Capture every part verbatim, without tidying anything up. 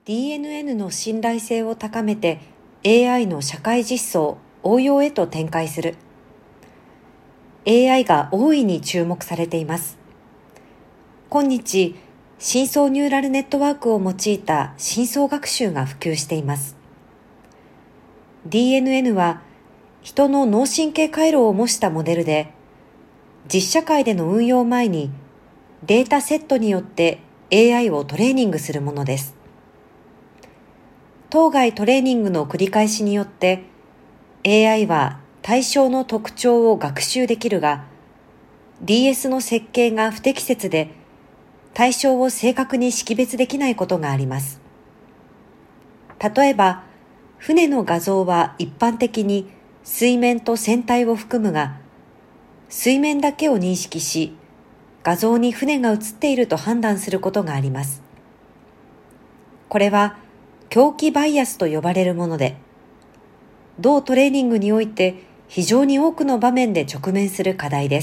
ディーエヌエヌ の信頼性を高めて エーアイ の社会実装、応用へと展開する。エーアイ が大いに注目されています。今日、深層ニューラルネットワークを用いた深層学習が普及しています。ディーエヌエヌ は人の脳神経回路を模したモデルで、実社会での運用前にデータセットによって エーアイ をトレーニングするものです。当該トレーニングの繰り返しによって エーアイ は対象の特徴を学習できるが、ディーエス の設計が不適切で対象を正確に識別できないことがあります。例えば、船の画像は一般的に水面と船体を含むが、水面だけを認識し、画像に船が映っていると判断することがあります。これは狂気バイアスと呼ばれるもので、同トレーニングにおいて非常に多くの場面で直面する課題です。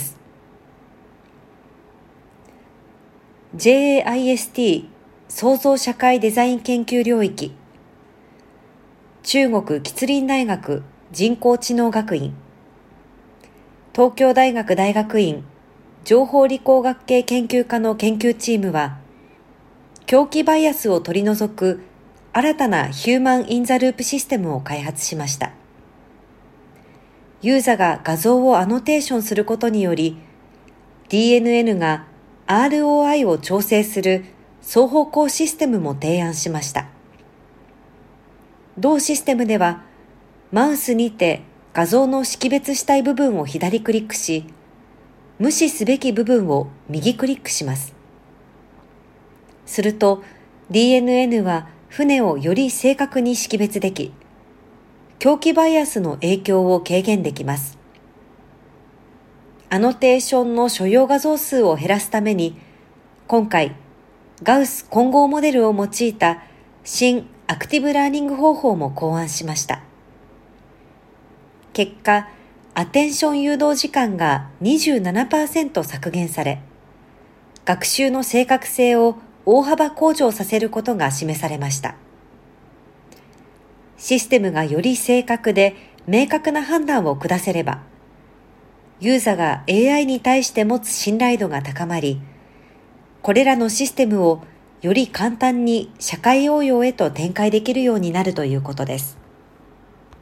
ジェーエーアイエスティー 創造社会デザイン研究領域、中国吉林大学人工知能学院、東京大学大学院情報理工学系研究科の研究チームは、狂気バイアスを取り除く新たなヒューマン・イン・ザ・ループシステムを開発しました。ユーザが画像をアノテーションすることにより、ディーエヌエヌ が アールオーアイ を調整する双方向システムも提案しました。同システムでは、マウスにて画像の識別したい部分を左クリックし、無視すべき部分を右クリックします。すると ディーエヌエヌ は船をより正確に識別でき、狂気バイアスの影響を軽減できます。アノテーションの所要画像数を減らすために、今回、ガウス混合モデルを用いた新アクティブラーニング方法も考案しました。結果、アテンション誘導時間が にじゅうななパーセント 削減され、学習の正確性を大幅向上させることが示されました。システムがより正確で明確な判断を下せれば、ユーザが エーアイ に対して持つ信頼度が高まり、これらのシステムをより簡単に社会応用へと展開できるようになるということです。